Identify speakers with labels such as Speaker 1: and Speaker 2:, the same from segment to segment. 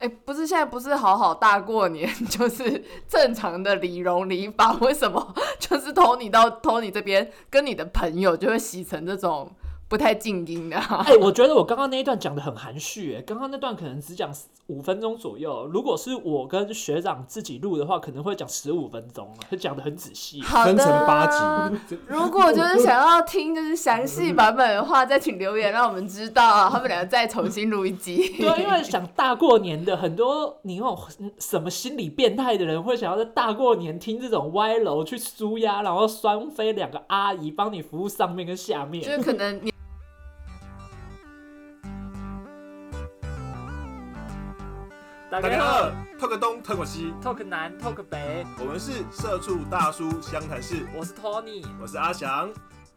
Speaker 1: 不是现在不是好好大过年，就是正常的理容理发，为什么就是Tony这边跟你的朋友就会洗成这种不太静音的
Speaker 2: 我觉得我刚刚那一段讲的很含蓄刚刚那段可能只讲5分钟左右，如果是我跟学长自己录的话，可能会讲15分钟，会讲的很仔细，
Speaker 3: 分成8集。
Speaker 1: 如果就是想要听就是详细版本的话，再请留言让我们知道，他们两个再重新录一集。
Speaker 2: 对，因为想大过年的，很多你那种什么心理变态的人会想要在大过年听这种歪楼去舒压，然后双飞2个阿姨帮你服务上面跟下面，
Speaker 1: 就是可能你。
Speaker 4: 大家好，talk 东，talk西
Speaker 2: ，talk 南，talk 北，
Speaker 4: 我们是社畜大叔湘潭市。
Speaker 2: 我是 Tony，
Speaker 4: 我是阿翔。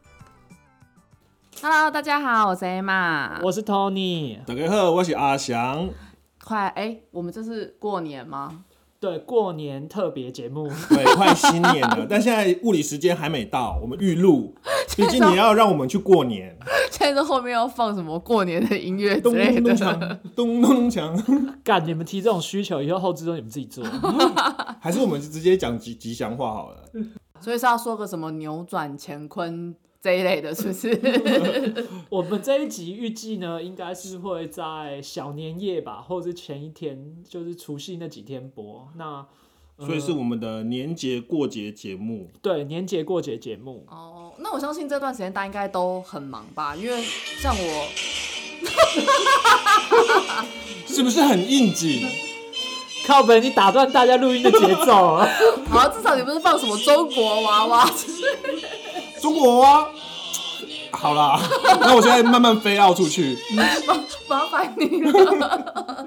Speaker 1: Hello， 大家好，我是 Emma，
Speaker 2: 我是 Tony。
Speaker 3: 大家好，我是阿翔。
Speaker 1: 我们这是过年吗？
Speaker 2: 对，过年特别节目，
Speaker 3: 对，快新年了，但现在物理时间还没到，我们预录，毕竟你要让我们去过年。
Speaker 1: 现在后面要放什么过年的音乐之类的，
Speaker 3: 咚咚咚锵。
Speaker 2: 干，你们提这种需求，以后后置都你们自己做，
Speaker 3: 还是我们直接讲吉祥话好了。
Speaker 1: 所以是要说个什么扭转乾坤这一类的，是不是？
Speaker 2: 我们这一集预计呢，应该是会在小年夜吧，或者是前一天，就是除夕那几天播。那
Speaker 3: 所以是我们的年节过节节目。
Speaker 2: 对，年节过节节目。
Speaker 1: 哦，那我相信这段时间大家应该都很忙吧，因为像我，
Speaker 3: 是不是很应景？
Speaker 2: 靠北，你打断大家录音的节奏啊！
Speaker 1: 好，至少你不是放什么中国娃娃。
Speaker 3: 中国娃娃，好啦，那我现在慢慢飞奥出去。
Speaker 1: 麻烦你了。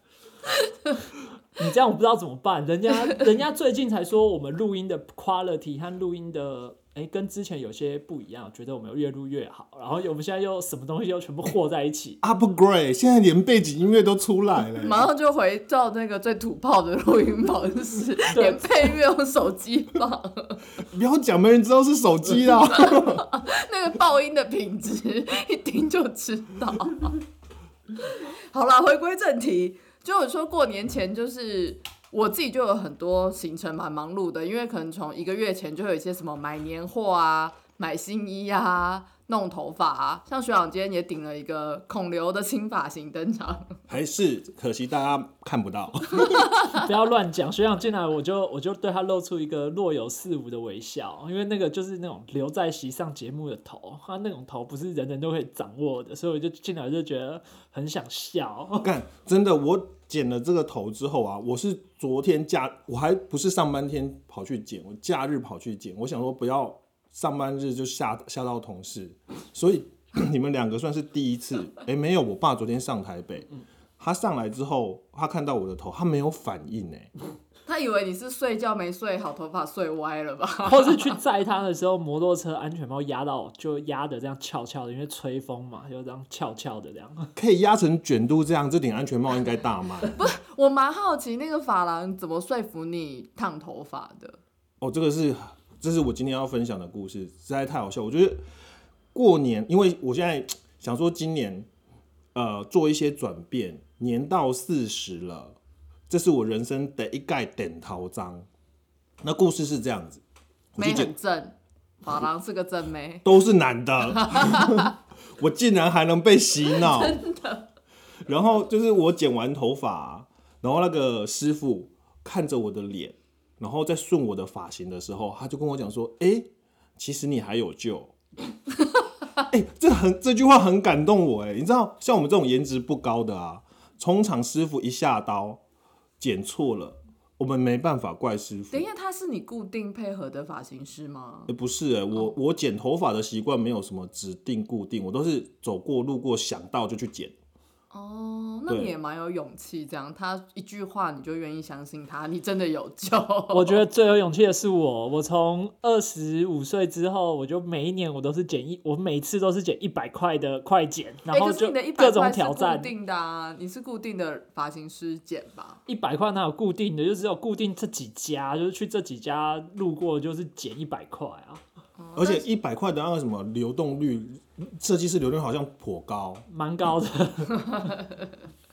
Speaker 2: 你这样我不知道怎么办，人家最近才说我们录音的 quality 和录音的跟之前有些不一样，觉得我们越录越好，然后我们现在又什么东西又全部和在一起
Speaker 3: upgrade， 现在连背景音乐都出来了，
Speaker 1: 马上就回到那个最土炮的录音方式，连配乐用手机放。
Speaker 3: 不要讲，没人知道是手机啦。
Speaker 1: 那个爆音的品质一听就知道。好啦，回归正题，就我说过年前就是我自己就有很多行程蛮忙碌的，因为可能从1个月前就会有一些什么买年货啊、买新衣啊、弄头发啊。像学长今天也顶了一个孔刘的新发型登场，
Speaker 3: 还是可惜大家看不到。
Speaker 2: 不要乱讲，学长进来我就对他露出一个若有似无的微笑，因为那个就是那种留在席上节目的头，他那种头不是人人都可以掌握的，所以我就进来就觉得很想笑。
Speaker 3: 干，真的，我剪了这个头之后啊，我是昨天我还不是上班天跑去剪，我假日跑去剪，我想说不要上班日就吓到同事，所以你们2个算是第一次。没有，我爸昨天上台北，他上来之后，他看到我的头，他没有反应
Speaker 1: 他以为你是睡觉没睡好，头发睡歪了吧？
Speaker 2: 或是去载他的时候，摩托车安全帽压的这样翘翘的，因为吹风嘛，就这样翘翘的这样。
Speaker 3: 可以压成卷度这样，这顶安全帽应该大卖。
Speaker 1: 不是，我蛮好奇那个发廊怎么说服你烫头发的？
Speaker 3: 哦，这是我今天要分享的故事，实在太好笑。我觉得过年，因为我现在想说今年做一些转变，年到40了。这是我人生第一届电头章。那故事是这样子，
Speaker 1: 妹很正，发廊是个正妹，
Speaker 3: 都是男的，我竟然还能被洗脑，真的。然后就是我剪完头发，然后那个师傅看着我的脸，然后在顺我的发型的时候，他就跟我讲说：“其实你还有救。”这句话很感动我你知道，像我们这种颜值不高的啊，通常师傅一下刀。剪错了，我们没办法怪师傅。
Speaker 1: 等一下，他是你固定配合的发型师吗？
Speaker 3: 不是我剪头发的习惯没有什么指定固定，我都是走过路过想到就去剪。
Speaker 1: 哦，那你也蛮有勇气，这样他一句话你就愿意相信他，你真的有救。
Speaker 2: 我觉得最有勇气的是我从25岁之后，我就每一年我都是我每次都是剪100块的快剪，然后就各种挑战。
Speaker 1: 可是你的100块是固定的啊，你是固定的发型师剪吧
Speaker 2: ？100块哪有固定的？就只有固定这几家，就是去这几家路过就是剪100块啊。
Speaker 3: 而且100块的那个什么流动率，设计师流动率好像颇高，
Speaker 2: 蛮高的。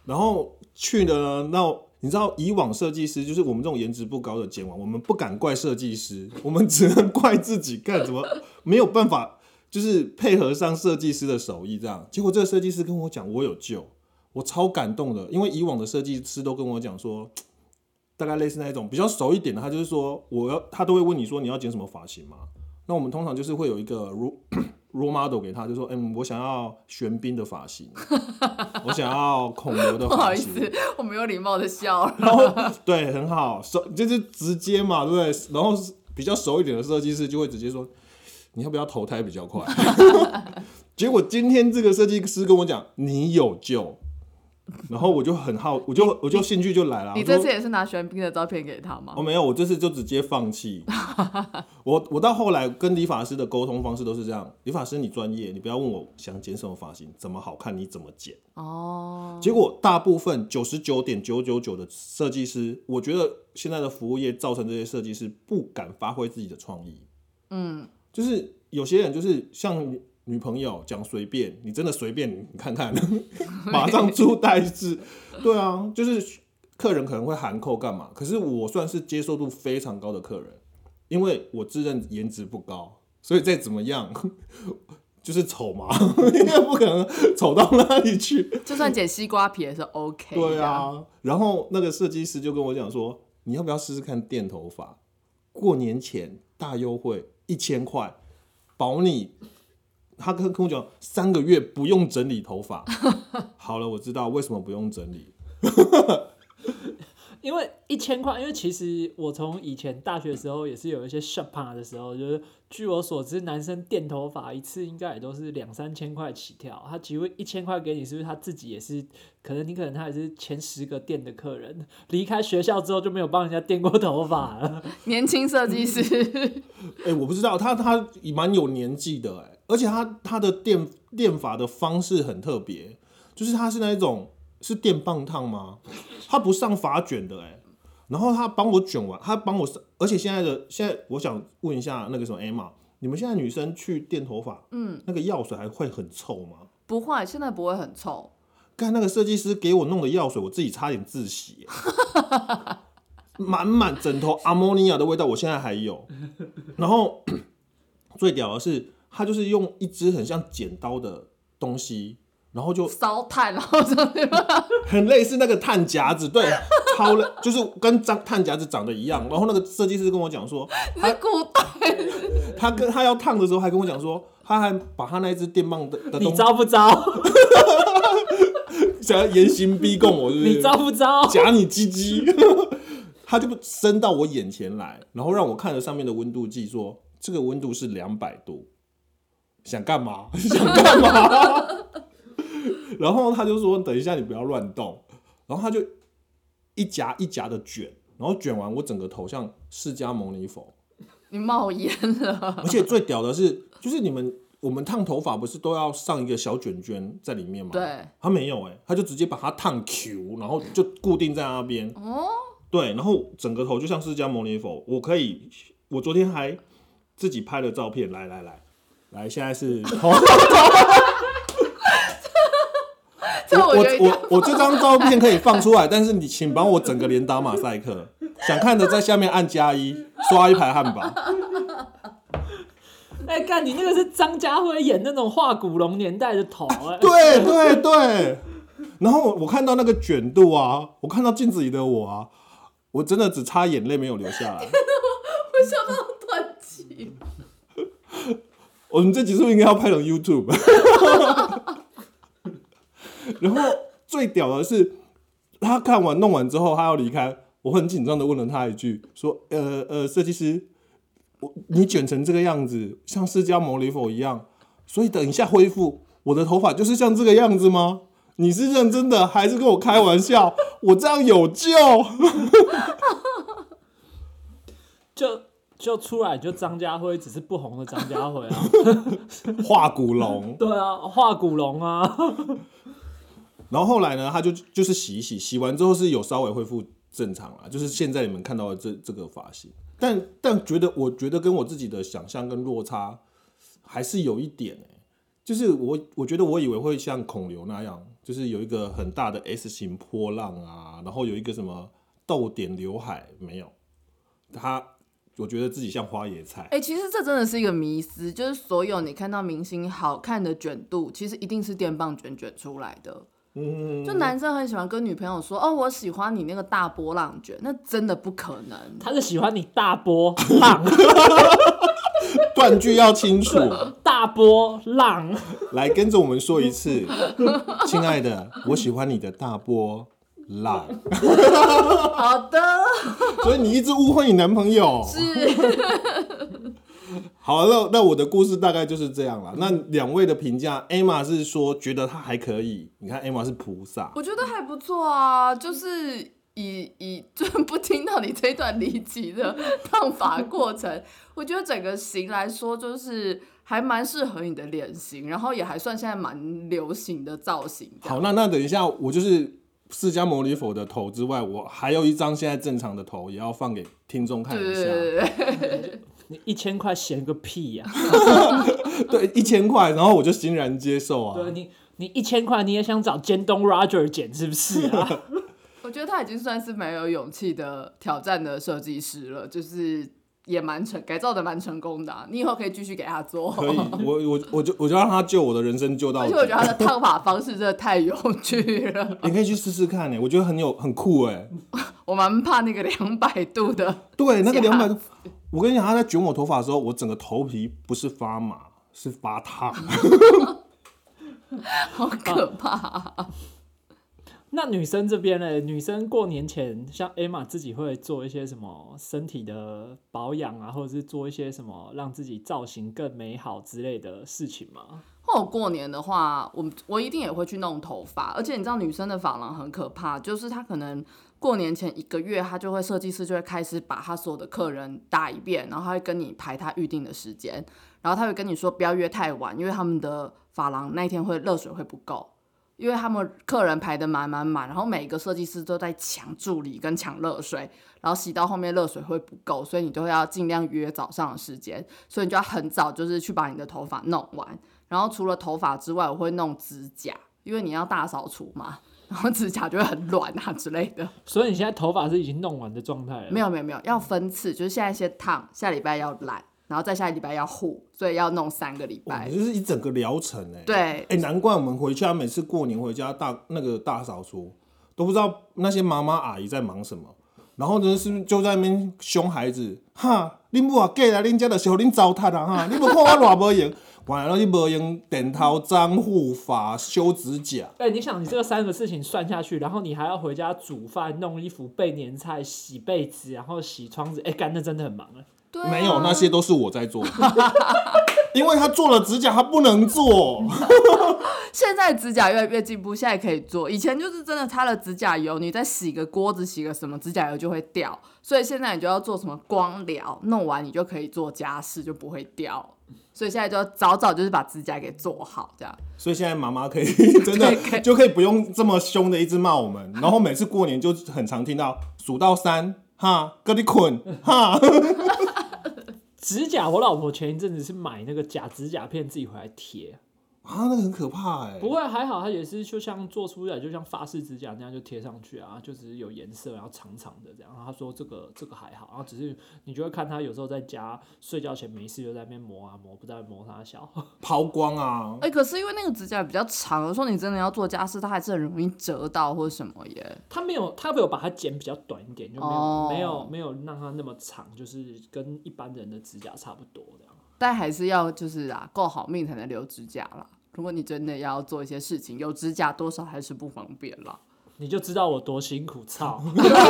Speaker 3: 然后去了那你知道以往设计师就是我们这种颜值不高的剪完，我们不敢怪设计师，我们只能怪自己，看怎么没有办法就是配合上设计师的手艺这样。结果这个设计师跟我讲我有救，我超感动的，因为以往的设计师都跟我讲说，大概类似那一种比较熟一点的，他就是说他都会问你说你要剪什么发型嘛。那我们通常就是会有一个 role model 给他，就说我想要玄彬的发型，我想要孔刘的发型。
Speaker 1: 不好意思，我没有礼貌的笑了。
Speaker 3: 然后对，很好，就是直接嘛，对不对？然后比较熟一点的设计师就会直接说，你要不要投胎比较快？结果今天这个设计师跟我讲，你有救。然后我就很好，我就兴趣就来了。
Speaker 1: 你这次也是拿玄彬的照片给他吗？
Speaker 3: 没有，我这次就直接放弃。我到后来跟理发师的沟通方式都是这样：理发师你专业，你不要问我想剪什么发型，怎么好看你怎么剪。结果大部分99.999%的设计师，我觉得现在的服务业造成这些设计师不敢发挥自己的创意。就是有些人就是像女朋友讲随便，你真的随便你看看，马上出代志。对啊，就是客人可能会含扣干嘛？可是我算是接受度非常高的客人，因为我自认颜值不高，所以再怎么样就是丑嘛，应该不可能丑到哪里去。
Speaker 1: 就算剪西瓜皮也是 OK。
Speaker 3: 对啊，然后那个设计师就跟我讲说，你要不要试试看电头发？过年前大优惠1000块，保你。他跟我讲3个月不用整理头发。好了，我知道为什么不用整理。
Speaker 2: 因为1000块，因为其实我从以前大学的时候也是有一些 shop 的时候，就是据我所知，男生电头发一次应该也都是2-3千块起跳。他几乎1000块给你，是不是他自己也是？可能他也是前10个店的客人，离开学校之后就没有帮人家电过头发了。
Speaker 1: 年轻设计师，
Speaker 3: 我不知道他蛮有年纪的而且他的电发的方式很特别，就是他是那一种是电棒烫吗？他不上发卷的然后他帮我卷完，他帮我，而且现在我想问一下那个什么 Emma， 你们现在女生去电头发，那个药水还会很臭吗？
Speaker 1: 不会，现在不会很臭。
Speaker 3: 看那个设计师给我弄的药水，我自己差点自洗，满枕头阿莫尼亚的味道，我现在还有。然后最屌的是，他就是用一支很像剪刀的东西，然后就
Speaker 1: 烧炭，然后
Speaker 3: 很类似那个炭夹子，对，就是跟炭夹子长得一样。然后那个设计师跟我讲说，
Speaker 1: 是古代，
Speaker 3: 他要烫的时候还跟我讲说，他还把他那一支电棒的东西，
Speaker 2: 你招不招？
Speaker 3: 想要严刑逼供我，是不是？
Speaker 2: 你招不招？
Speaker 3: 夹你鸡鸡，他就伸到我眼前来，然后让我看着上面的温度计，说这个温度是200度，想干嘛？想干嘛？然后他就说：“等一下，你不要乱动。”然后他就一夹一夹的卷，然后卷完我整个头像释迦牟尼佛。
Speaker 1: 你冒烟了。
Speaker 3: 而且最屌的是，就是我们烫头发不是都要上一个小卷卷在里面吗？
Speaker 1: 对，
Speaker 3: 他没有他就直接把它烫 Q， 然后就固定在那边。对，然后整个头就像释迦牟尼佛。我昨天还自己拍了照片，来，现在是头。我这张照片可以放出来，但是你请帮我整个连打马赛克，想看的在下面按+1，刷一排汉堡。
Speaker 2: 干你那个是张家辉演那种画古龙年代的头
Speaker 3: 对。然后我看到那个卷度啊，我看到镜子里的我啊，我真的只差眼泪没有流下来。
Speaker 1: 我笑到断气。
Speaker 3: 我们这集是不是应该要拍成 YouTube？ 然后最屌的是，他看完弄完之后，他要离开，我很紧张的问了他一句，说：“设计师，你卷成这个样子，像释迦牟尼佛一样，所以等一下恢复，我的头发就是像这个样子吗？你是认真的还是跟我开玩笑？我这样有救？”
Speaker 2: 就出来就张家辉，只是不红的张家辉啊，
Speaker 3: 画古龙。
Speaker 2: 对啊，画古龙啊。
Speaker 3: 然后后来呢，他就是洗一洗，洗完之后是有稍微恢复正常啦，就是现在你们看到的这个发型。但我觉得跟我自己的想象跟落差还是有一点就是我觉得我以为会像孔刘那样， 就是有一个很大的 S 型波浪啊，然后有一个什么逗点刘海，没有。我觉得自己像花椰菜。
Speaker 1: 其实这真的是一个迷思，就是所有你看到明星好看的卷度，其实一定是电棒卷出来的。就男生很喜欢跟女朋友说，哦，我喜欢你那个大波浪卷，那真的不可能。
Speaker 2: 他是喜欢你大波浪，
Speaker 3: 断句要清楚。
Speaker 2: 大波浪，
Speaker 3: 来跟着我们说一次，亲爱的，我喜欢你的大波浪。
Speaker 1: 好的，
Speaker 3: 所以你一直误会你男朋友。
Speaker 1: 是。
Speaker 3: 好，那我的故事大概就是这样啦。那两位的评价 ，Emma 是说觉得他还可以，你看 Emma 是菩萨，
Speaker 1: 我觉得还不错啊，就是就不听到你这段离奇的烫发过程，我觉得整个型来说就是还蛮适合你的脸型，然后也还算现在蛮流行的造型。
Speaker 3: 好，那等一下，我就是释迦牟尼佛的头之外，我还有一张现在正常的头，也要放给听众看一下。
Speaker 1: 对，
Speaker 2: 你1000块嫌个屁呀、
Speaker 3: 对，1000块，然后我就欣然接受啊。
Speaker 2: 对你1000块你也想找尖东 Roger 剪是不是啊？
Speaker 1: 我觉得他已经算是蛮有勇气的挑战的设计师了，就是也改造的蛮成功的、啊。你以后可以继续给他做。
Speaker 3: 可以，我就让他救我的人生救到底。
Speaker 1: 而且我觉得他的烫发方式真的太有趣了。
Speaker 3: 你可以去试试看我觉得很酷
Speaker 1: 我蛮怕那个200度的。
Speaker 3: 对，那个200度，我跟你讲，他在卷我头发的时候，我整个头皮不是发麻，是发烫。
Speaker 1: 好可怕、啊。
Speaker 2: 那女生这边呢？女生过年前，像 Emma 自己会做一些什么身体的保养啊，或者是做一些什么让自己造型更美好之类的事情吗？
Speaker 1: 或者过年的话，我一定也会去弄头发，而且你知道女生的发廊很可怕，就是她可能过年前1个月，设计师就会开始把他所有的客人打一遍，然后他会跟你排他预定的时间，然后他会跟你说不要约太晚，因为他们的发廊那一天热水会不够。因为他们客人排得满，然后每一个设计师都在抢助理跟抢热水，然后洗到后面热水会不够，所以你都要尽量约早上的时间，所以你就要很早就是去把你的头发弄完。然后除了头发之外，我会弄指甲，因为你要大扫除嘛，然后指甲就会很软啊之类的。
Speaker 2: 所以你现在头发是已经弄完的状态了？
Speaker 1: 没有，要分次，就是现在先烫，下礼拜要染。然后再下礼拜要护，所以要弄3个礼拜，
Speaker 3: 就是一整个疗程
Speaker 1: 对，
Speaker 3: 难怪我们回家每次过年回家大扫除，都不知道那些妈妈阿姨在忙什么，然后呢是不是就在那边凶孩子，哈，恁母啊嫁来恁家就是互恁糟蹋啊哈，你无看我偌无用，原来你无用电头脏护发修指甲。
Speaker 2: 你想你这个3个事情算下去，然后你还要回家煮饭、弄衣服、备年菜、洗被子，然后洗窗子，干那真的很忙了。
Speaker 1: 对啊，
Speaker 3: 没有，那些都是我在做。因为他做了指甲，他不能做。
Speaker 1: 现在指甲越来越进步，现在可以做。以前就是真的擦了指甲油，你再洗个锅子、洗个什么，指甲油就会掉。所以现在你就要做什么光疗，弄完你就可以做家事，就不会掉。所以现在就早就是把指甲给做好，这样。
Speaker 3: 所以现在妈妈可以真的就可以不用这么凶的一直骂我们，然后每次过年就很常听到数到3，哈，搁你困，哈。
Speaker 2: 指甲，我老婆前一阵子是买那个假指甲片自己回来贴。
Speaker 3: 啊，那个很可怕
Speaker 2: 不会，还好，它也是就像做出来，就像法式指甲那样就贴上去啊，就只是有颜色，然后长长的这样。然后他说这个还好，然后只是你就会看他有时候在家睡觉前没事就在那边磨啊磨，不知道磨啥小。
Speaker 3: 抛光啊！
Speaker 1: 可是因为那个指甲比较长，有时候你真的要做家事，它还是很容易折到或者什么耶。
Speaker 2: 他没有把它剪比较短一点，就没有让它那么长，就是跟一般人的指甲差不多这样。
Speaker 1: 但还是要就是够好命才能留指甲啦。如果你真的要做一些事情，有指甲多少还是不方便啦。
Speaker 2: 你就知道我多辛苦，操！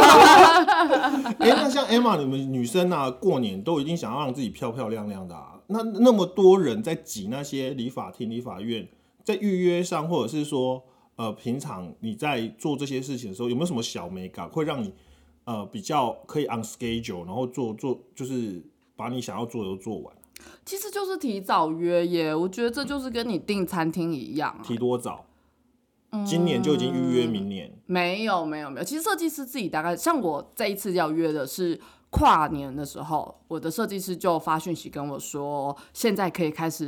Speaker 3: 那像 Emma 你们女生啊，过年都一定想要让自己漂漂亮亮的啊。那么多人在挤那些理发厅、理发院，在预约上，或者是说平常你在做这些事情的时候，有没有什么小美感会让你比较可以 on schedule， 然后做就是把你想要做的都做完？
Speaker 1: 其实就是提早约耶，我觉得这就是跟你订餐厅一样啊。
Speaker 3: 提多早？今年就已经预约明年？
Speaker 1: 没有，其实设计师自己大概像我这一次要约的是跨年的时候，我的设计师就发讯息跟我说，现在可以开始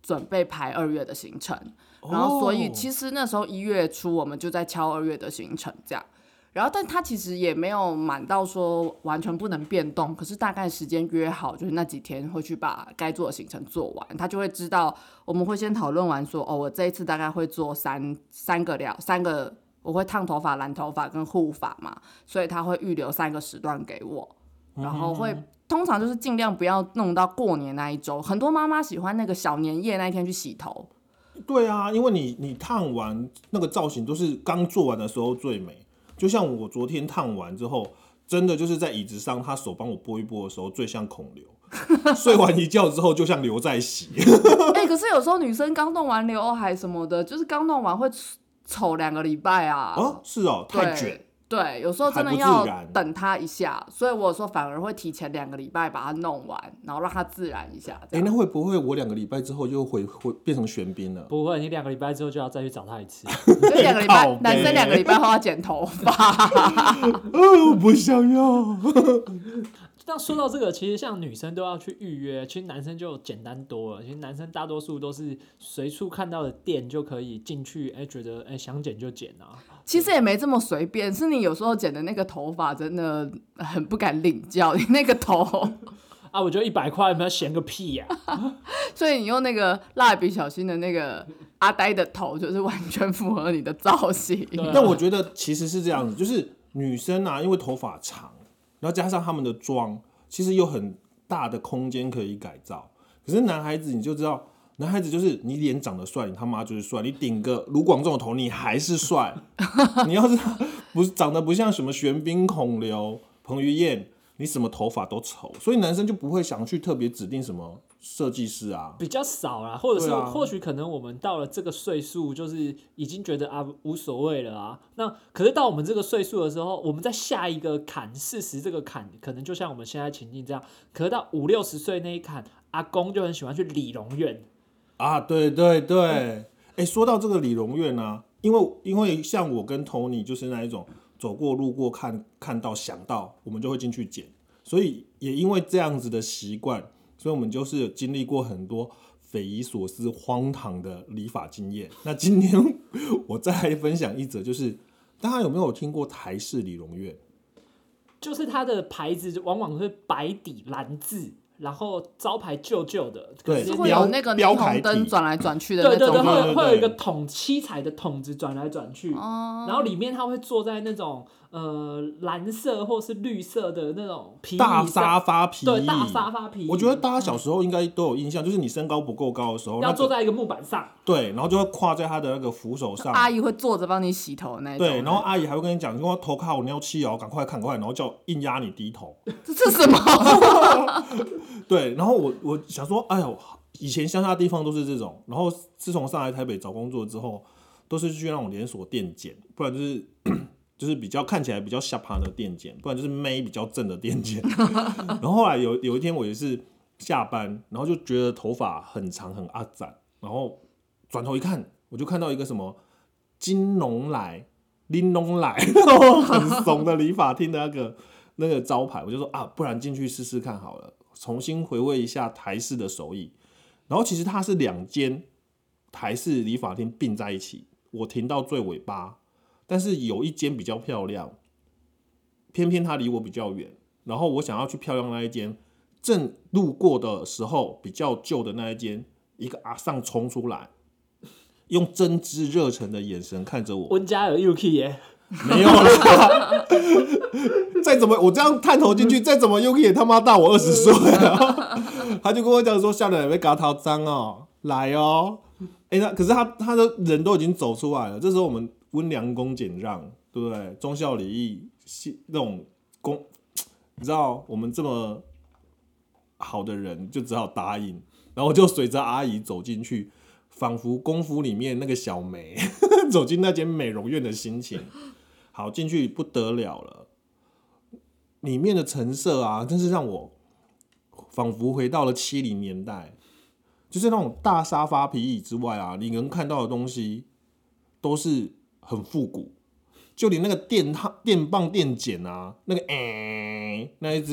Speaker 1: 准备排2月的行程，然后所以其实那时候1月初我们就在敲2月的行程这样。然后，但他其实也没有满到说完全不能变动，可是大概时间约好，就是那几天会去把该做的行程做完，他就会知道我们会先讨论完说，我这一次大概会做三个，我会烫头发、染头发跟护发嘛，所以他会预留3个时段给我，然后会通常就是尽量不要弄到过年那一周，很多妈妈喜欢那个小年夜那一天去洗头。
Speaker 3: 对啊，因为你烫完那个造型都是刚做完的时候最美。就像我昨天烫完之后，真的就是在椅子上，他手帮我拨一拨的时候，最像孔刘。睡完一觉之后，就像刘在洗。
Speaker 1: 可是有时候女生刚弄完刘海什么的，就是刚弄完会丑2个礼拜啊。
Speaker 3: 是哦，太卷。
Speaker 1: 对，有时候真的要等它一下，所以我有时候反而会提前2个礼拜把它弄完，然后让它自然一下。
Speaker 3: 那会不会我2个礼拜之后又会变成玄彬了？
Speaker 2: 不会，你2个礼拜之后就要再去找他一次。
Speaker 1: 所以2个礼拜，男生2个礼拜后要剪头发。
Speaker 3: 我不想要。
Speaker 2: 那说到这个，其实像女生都要去预约，其实男生就简单多了。其实男生大多数都是随处看到的店就可以进去，觉得想剪就剪啊。
Speaker 1: 其实也没这么随便，是你有时候剪的那个头发真的很不敢领教，你那个头
Speaker 2: 啊，我就100块，有没有嫌个屁呀、
Speaker 1: 所以你用那个蜡笔小新的那个阿呆的头，就是完全符合你的造型。
Speaker 3: 但我觉得其实是这样子，就是女生啊，因为头发长。然后加上他们的妆，其实有很大的空间可以改造。可是男孩子你就知道，男孩子就是你脸长得帅，你他妈就是帅。你顶个卢广仲的头，你还是帅。你要是不是长得不像什么玄彬、孔刘、彭于晏，你什么头发都丑。所以男生就不会想去特别指定什么设计师啊，
Speaker 2: 比较少啦，或者是或许可能我们到了这个岁数，就是已经觉得无所谓了啊。那可是到我们这个岁数的时候，我们在下一个坎，40这个坎，可能就像我们现在情境这样。可是到50、60岁那一坎，阿公就很喜欢去理容院
Speaker 3: 啊，对对对。说到这个理容院啊，因为像我跟 Tony 就是那一种走过路过看到想到，我们就会进去剪。所以也因为这样子的习惯。所以我们就是有经历过很多匪夷所思、荒唐的理发经验。那今天我再来分享一则，就是大家有没有听过台式理容院？
Speaker 2: 就是它的牌子往往是白底蓝字，然后招牌旧旧的，
Speaker 3: 对，
Speaker 1: 是会有那个霓虹灯转来转去的那种，
Speaker 2: 对，会有一个七彩的筒子转来转去，然后里面它会坐在那种蓝色或是绿色的那种皮椅
Speaker 3: 大沙发皮椅，
Speaker 2: 对，大沙发皮椅。
Speaker 3: 我觉得大家小时候应该都有印象，就是你身高不够高的时候，
Speaker 2: 要坐在一个木板上，
Speaker 3: 对，然后就会跨在他的那个扶手上，
Speaker 1: 阿姨会坐着帮你洗头的那种，
Speaker 3: 对，然后阿姨还会跟你讲，说头卡我尿气哦，赶快，然后叫硬压你低头，
Speaker 1: 这是什么？
Speaker 3: 对，然后我想说，哎呦，以前乡下地方都是这种，然后自从上来台北找工作之后，都是去那种连锁店剪，不然就是比较看起来比较下趴的店剪，不然就是妹比较正的店剪。然后后来有一天我也是下班，然后就觉得头发很长很阿展，然后转头一看，我就看到一个什么金龙来、玲珑来，很怂的理发厅的那个招牌，我就说啊，不然进去试试看好了，重新回味一下台式的手艺。然后其实它是2间台式理发厅并在一起，我停到最尾巴。但是有一间比较漂亮，偏偏它离我比较远，然后我想要去漂亮那一间，正路过的时候比较旧的那一间，一个阿桑冲出来，用真挚热忱的眼神看着我。
Speaker 2: 温家有 UK 耶，
Speaker 3: 没有啦，再怎么我这样探头进去，再怎么 UK 也他妈大我20岁啊！他就跟我讲说，下来被嘎头脏哦，来哦，可是他的人都已经走出来了，这时候我们温良恭俭让，对不对？忠孝礼义那种你知道我们这么好的人，就只好答应，然后就随着阿姨走进去，仿佛功夫里面那个小梅走进那间美容院的心情。好，进去不得了了，里面的陈设啊，真是让我仿佛回到了70年代，就是那种大沙发皮椅之外啊，你能看到的东西都是很复古，就连那个电棒电剪啊，那个那一只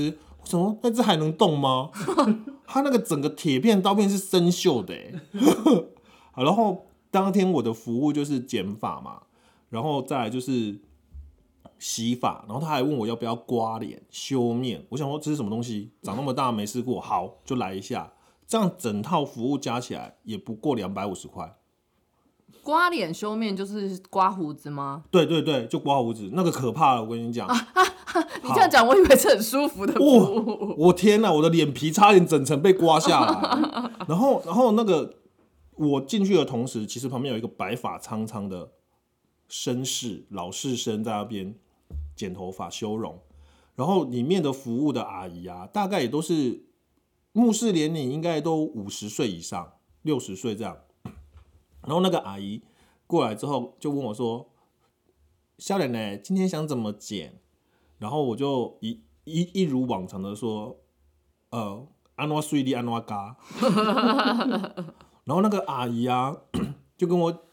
Speaker 3: 我想说那只还能动吗？它那个整个铁片刀片是生锈的好，然后当天我的服务就是剪发嘛，然后再来就是洗发，然后他还问我要不要刮脸、修面。我想说这是什么东西，长那么大没试过，好就来一下。这样整套服务加起来也不过250块。
Speaker 1: 刮脸修面就是刮胡子吗？
Speaker 3: 对对对，就刮胡子，那个可怕了，我跟你讲。
Speaker 1: 你这样讲，我以为是很舒服的服务。
Speaker 3: 我天哪，我的脸皮差点整层被刮下来。然后那个我进去的同时，其实旁边有一个白发苍苍的绅士老士绅在那边剪头发修容，然后里面的服务的阿姨啊，大概也都是目视年龄应该都50岁以上，60岁这样。然后那个阿姨过来之后就问我说：“少年呢，今天想怎么剪？”然后我就一如往常的说：“安怎水你安怎加。”然后那个阿姨啊，就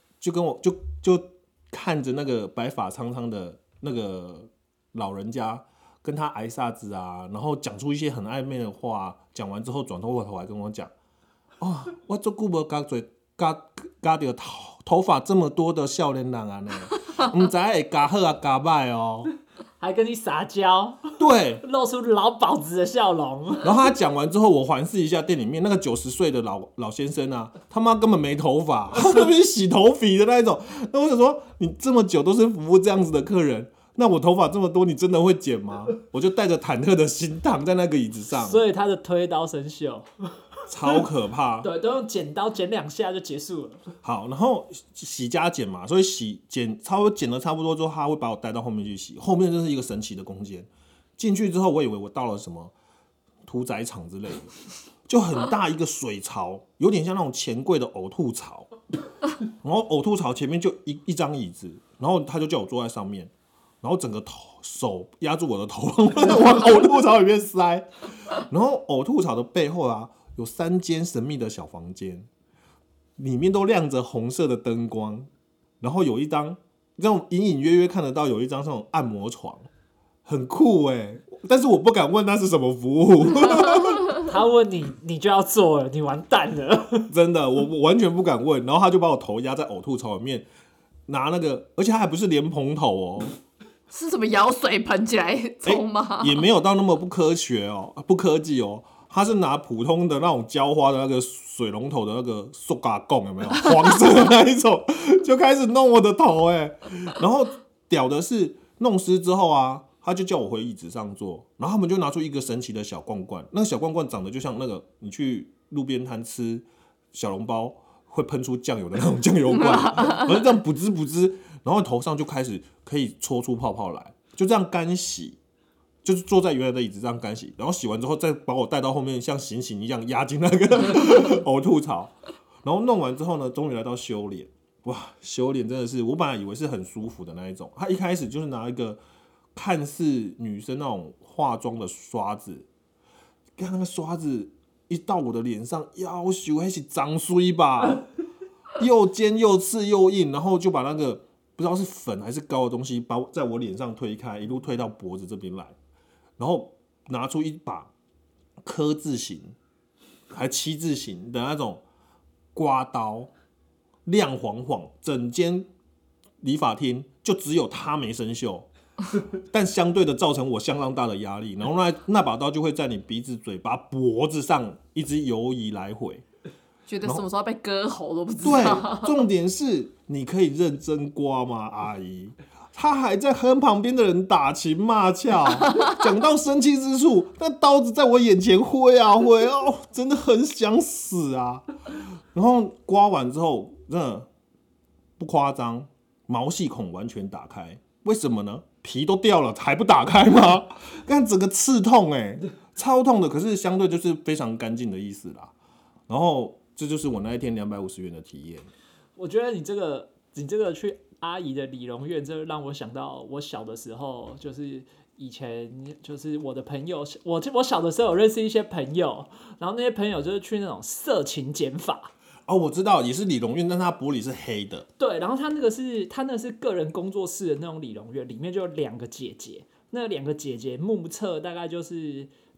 Speaker 3: 看着那个白发苍苍的那个老人家，跟他挨煞子啊，然后讲出一些很暧昧的话。讲完之后，转头来跟我讲：“哦，我这久无加到头发这么多的少年人啊呢，唔知会加好啊加歹哦。”
Speaker 2: 还跟你撒娇，
Speaker 3: 对，
Speaker 2: 露出老鸨子的笑容。
Speaker 3: 然后他讲完之后，我环视一下店里面那个90岁的老先生啊，他妈根本没头发，他那边洗头皮的那一种。那我想说，你这么久都是服务这样子的客人，那我头发这么多，你真的会剪吗？我就带着忐忑的心躺在那个椅子上，
Speaker 2: 所以他的推刀生锈，
Speaker 3: 超可怕。
Speaker 2: 对，都用剪刀剪2下就结束了。
Speaker 3: 好，然后洗加剪嘛，所以剪了差不多之后，他会把我带到后面去洗。后面真是一个神奇的空间。进去之后，我以为我到了什么屠宰场之类的，就很大一个水槽，有点像那种钱柜的呕吐槽。然后呕吐槽前面就一张椅子，然后他就叫我坐在上面，然后整个手压住我的头，往呕吐槽里面塞。然后呕吐槽的背后啊，有3间神秘的小房间。里面都亮着红色的灯光，然后有一张这种隐隐约约看得到有一张这种按摩床，很酷但是我不敢问那是什么服务。
Speaker 2: 他问你，你就要做了，你完蛋了。
Speaker 3: 真的，我完全不敢问。然后他就把我头压在呕吐槽里面，拿那个，而且他还不是莲蓬头哦，
Speaker 1: 是什么舀水盆起来冲吗？
Speaker 3: 也没有到那么不科学哦，不科技哦。他是拿普通的那种浇花的那个水龙头的那个塑胶拱，有没有黄色的那一种，就开始弄我的头然后屌的是弄湿之后啊，他就叫我回椅子上坐，然后他们就拿出一个神奇的小罐罐，那个小罐罐长得就像那个你去路边摊吃小笼包会喷出酱油的那种酱油罐，然后这样补滋补滋，然后头上就开始可以搓出泡泡来，就这样干洗。就是坐在原来的椅子上干洗，然后洗完之后再把我带到后面，像行刑一样压进那个呕吐槽，然后弄完之后呢，终于来到修脸。哇，修脸真的是我本来以为是很舒服的那一种，他一开始就是拿一个看似女生那种化妆的刷子，看那个刷子一到我的脸上，要求还是脏水吧，又尖又刺又硬，然后就把那个不知道是粉还是膏的东西，在我脸上推开，一路推到脖子这边来。然后拿出一把刻字形还7字形的那种刮刀，亮晃晃，整间理发厅就只有他没生锈，但相对的造成我相当大的压力。然后那把刀就会在你鼻子、嘴巴、脖子上一直游移来回，
Speaker 1: 觉得什么时候被割喉都不知道。
Speaker 3: 对，重点是你可以认真刮吗，阿姨？他还在和旁边的人打情骂俏，讲到生气之处，那刀子在我眼前挥啊挥哦，真的很想死啊！然后刮完之后，真的不夸张，毛细孔完全打开，为什么呢？皮都掉了还不打开吗？看整个刺痛超痛的，可是相对就是非常干净的意思啦。然后这就是我那一天250元的体验。
Speaker 2: 我觉得你这个去阿姨的理容院，这让我想到我小的时候，就是以前就是我的朋友，我小的时候有认识一些朋友，然后那些朋友就是去那种色情剪发。
Speaker 3: 哦，我知道，也是理容院，但它玻璃是黑的。
Speaker 2: 对，然后他那个是个人工作室的那种理容院，里面就有2个姐姐，那2个姐姐目测大概就是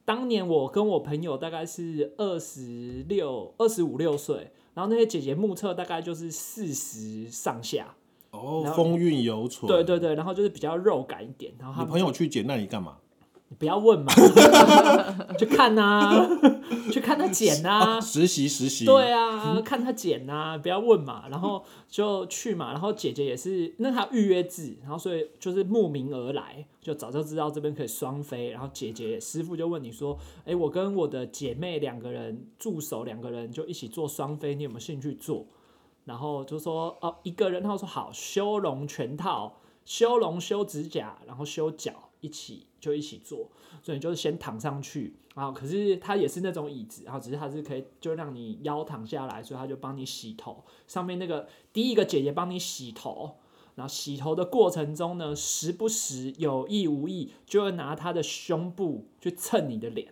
Speaker 2: 当年我跟我朋友大概是25、26岁，然后那些姐姐目测大概就是40上下。
Speaker 3: 风韵犹存。
Speaker 2: 对对对，然后就是比较肉感一点。然后他们
Speaker 3: 你朋友去剪，那你干嘛？
Speaker 2: 你不要问嘛，去看啊，去看他剪啊，
Speaker 3: 实习。
Speaker 2: 对啊，看他剪啊，不要问嘛，然后就去嘛，然后姐姐也是，那他预约制，然后所以就是慕名而来，就早就知道这边可以双飞，然后姐姐师傅就问你说，我跟我的姐妹2个人，助手2个人就一起做双飞，你有没有兴趣做？然后就说1个人，他说好，修容全套，修容、修指甲，然后修脚，一起做，所以你就是先躺上去，然后可是它也是那种椅子，然后只是它是可以就让你腰躺下来，所以他就帮你洗头。上面那个第一个姐姐帮你洗头，然后洗头的过程中呢，时不时有意无意就会拿她的胸部去蹭你的脸。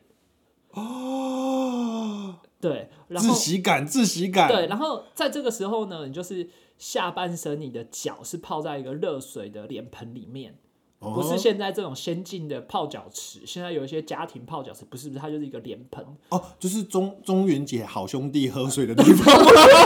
Speaker 2: 对，然后
Speaker 3: 窒息感。
Speaker 2: 对，然后在这个时候呢，你就是下半身，你的脚是泡在一个热水的脸盆里面。不是现在这种先进的泡脚池，现在有一些家庭泡脚池，不是，它就是一个脸盆。
Speaker 3: 就是中元节好兄弟喝水的地方。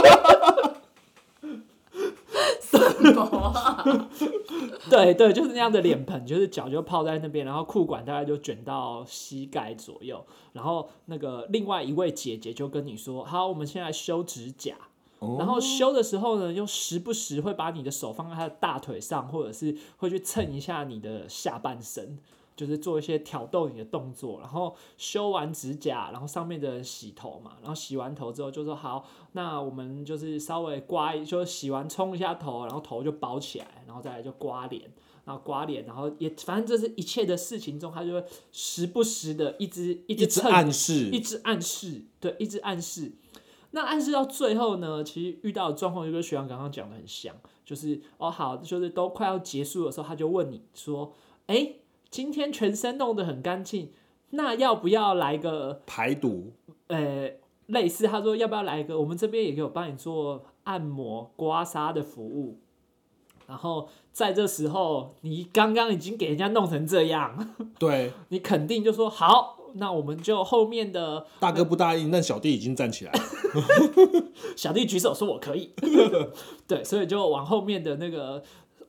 Speaker 1: 什么啊？
Speaker 2: 对对，就是那样的脸盆，就是脚就泡在那边，然后裤管大概就卷到膝盖左右，然后那个另外一位姐姐就跟你说，好，我们现在修指甲。然后修的时候呢，又时不时会把你的手放在他的大腿上，或者是会去蹭一下你的下半身，就是做一些挑逗你的动作。然后修完指甲，然后上面的人洗头嘛，然后洗完头之后就说好，那我们就是稍微就洗完冲一下头，然后头就包起来，然后再来就刮脸。然后刮脸，然后也反正这是一切的事情中，他就会时不时的一直
Speaker 3: 暗示，
Speaker 2: 一直暗示，对，一直暗示。那暗示到最后呢，其实遇到的状况就跟学长刚刚讲的很像，就是好，就是都快要结束的时候，他就问你说，今天全身弄得很干净，那要不要来个
Speaker 3: 排毒？
Speaker 2: 类似他说要不要来个，我们这边也有帮你做按摩、刮痧的服务。然后在这时候，你刚刚已经给人家弄成这样，
Speaker 3: 对，
Speaker 2: 你肯定就说好。那我们就后面的
Speaker 3: 大哥不答应，但小弟已经站起来了。
Speaker 2: 小弟举手说我可以，对，所以就往后面的那个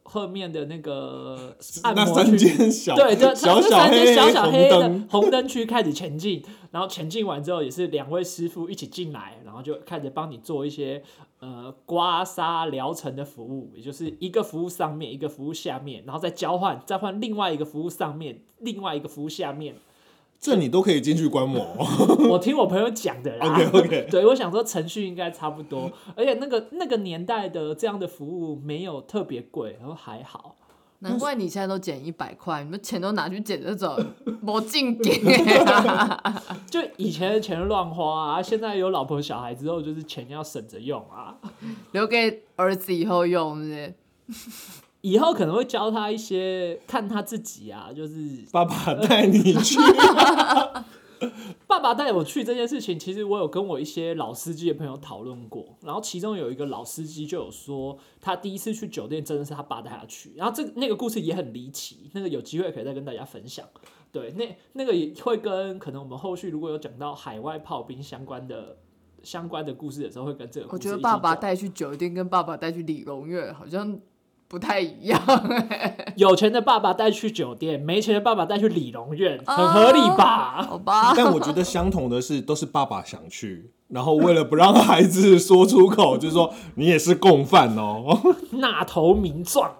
Speaker 2: 按摩区，
Speaker 3: 那3间小
Speaker 2: 对，
Speaker 3: 小黑
Speaker 2: 的红灯区开始前进，然后前进完之后也是2位师傅一起进来，然后就开始帮你做一些刮痧疗程的服务，也就是一个服务上面，一个服务下面，然后再再换另外一个服务上面，另外一个服务下面。
Speaker 3: 这你都可以进去观摩。
Speaker 2: 我听我朋友讲的啦。
Speaker 3: OK。
Speaker 2: 对，我想说程序应该差不多，而且那个年代的这样的服务没有特别贵，然后还好。
Speaker 1: 难怪你现在都减100块，你们钱都拿去减这种没正经的。
Speaker 2: 就以前的钱乱花啊，现在有老婆小孩之后，就是钱要省着用啊，
Speaker 1: 留给儿子以后用，是不是？
Speaker 2: 以后可能会教他一些，看他自己啊，就是
Speaker 3: 爸爸带你去。
Speaker 2: 爸爸带我去这件事情，其实我有跟我一些老司机的朋友讨论过，然后其中有一个老司机就有说，他第一次去酒店真的是他爸带他去，然后那个故事也很离奇，那个有机会可以再跟大家分享。对，那个也会跟可能我们后续如果有讲到海外炮兵相关的故事的时候，会跟这个故事一起讲。
Speaker 1: 我觉得爸爸带去酒店跟爸爸带去理容院好像不太一样。
Speaker 2: 有钱的爸爸带去酒店，没钱的爸爸带去理容院，很合理吧？
Speaker 1: 好吧。
Speaker 3: 但我觉得相同的是，都是爸爸想去，然后为了不让孩子说出口，就是说你也是共犯哦。
Speaker 2: 纳头名状。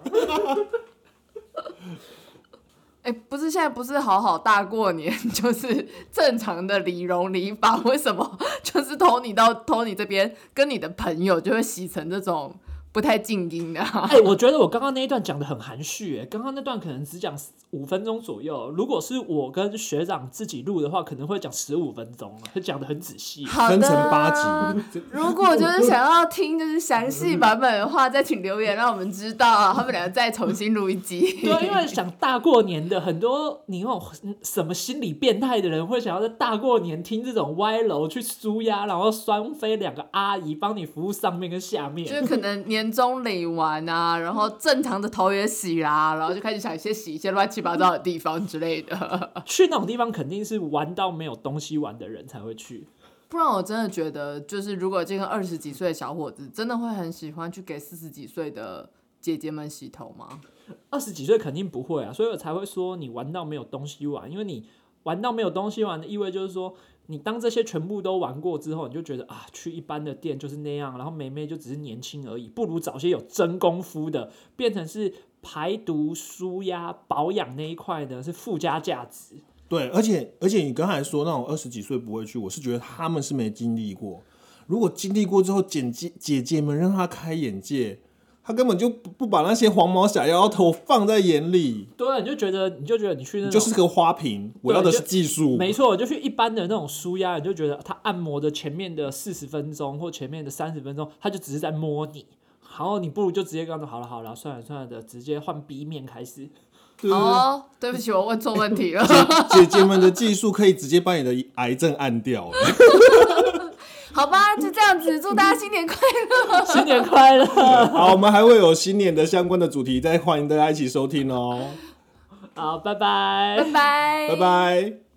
Speaker 1: 不是现在不是好好大过年，就是正常的理容理发，为什么就是偷你这边跟你的朋友就会洗成这种不太静音的
Speaker 2: 我觉得我刚刚那一段讲的很含蓄，刚刚那段可能只讲5分钟左右，如果是我跟学长自己录的话，可能会讲15分钟，会讲的很仔细，
Speaker 3: 分成8集。
Speaker 1: 如果就是想要听就是详细版本的话，再请留言让我们知道，他们两个再重新录一集。
Speaker 2: 对，因为想大过年的，很多你那种什么心理变态的人会想要在大过年听这种歪楼去舒压，然后双飞2个阿姨帮你服务上面跟下面，
Speaker 1: 就是可能年终领完啊，然后正常的头也洗啦，然后就开始想洗一些乱七八糟的地方之类的。
Speaker 2: 去那种地方肯定是玩到没有东西玩的人才会去。
Speaker 1: 不然我真的觉得，就是如果这个20几岁的小伙子真的会很喜欢去给40几岁的姐姐们洗头吗
Speaker 2: ？20几岁肯定不会啊，所以我才会说你玩到没有东西玩，因为你玩到没有东西玩的意味就是说，你当这些全部都玩过之后，你就觉得啊，去一般的店就是那样，然后妹妹就只是年轻而已，不如找些有真功夫的，变成是排毒、舒压、保养那一块呢是附加价值。
Speaker 3: 对，而且你刚才说那种20几岁不会去，我是觉得他们是没经历过。如果经历过之后，姐姐们让他开眼界，他根本就不把那些黄毛小妖头放在眼里。
Speaker 2: 对啊，你就觉得你去那种
Speaker 3: 你就是个花瓶，我要的是技术。
Speaker 2: 没错，就去一般的那种舒压，你就觉得他按摩的前面的40分钟或前面的30分钟，他就只是在摸你，然后你不如就直接跟他说好了，算了的，直接换 B 面开始。
Speaker 1: 哦，对不起，我问错问题了。
Speaker 3: 姐姐们的技术可以直接把你的癌症按掉。
Speaker 1: 好吧，就这样子，祝大家新年快乐！
Speaker 2: 新年快乐！
Speaker 3: 好，我们还会有新年的相关的主题，再欢迎大家一起收听哦。
Speaker 2: 好，拜拜，
Speaker 1: 拜拜，
Speaker 3: 拜拜。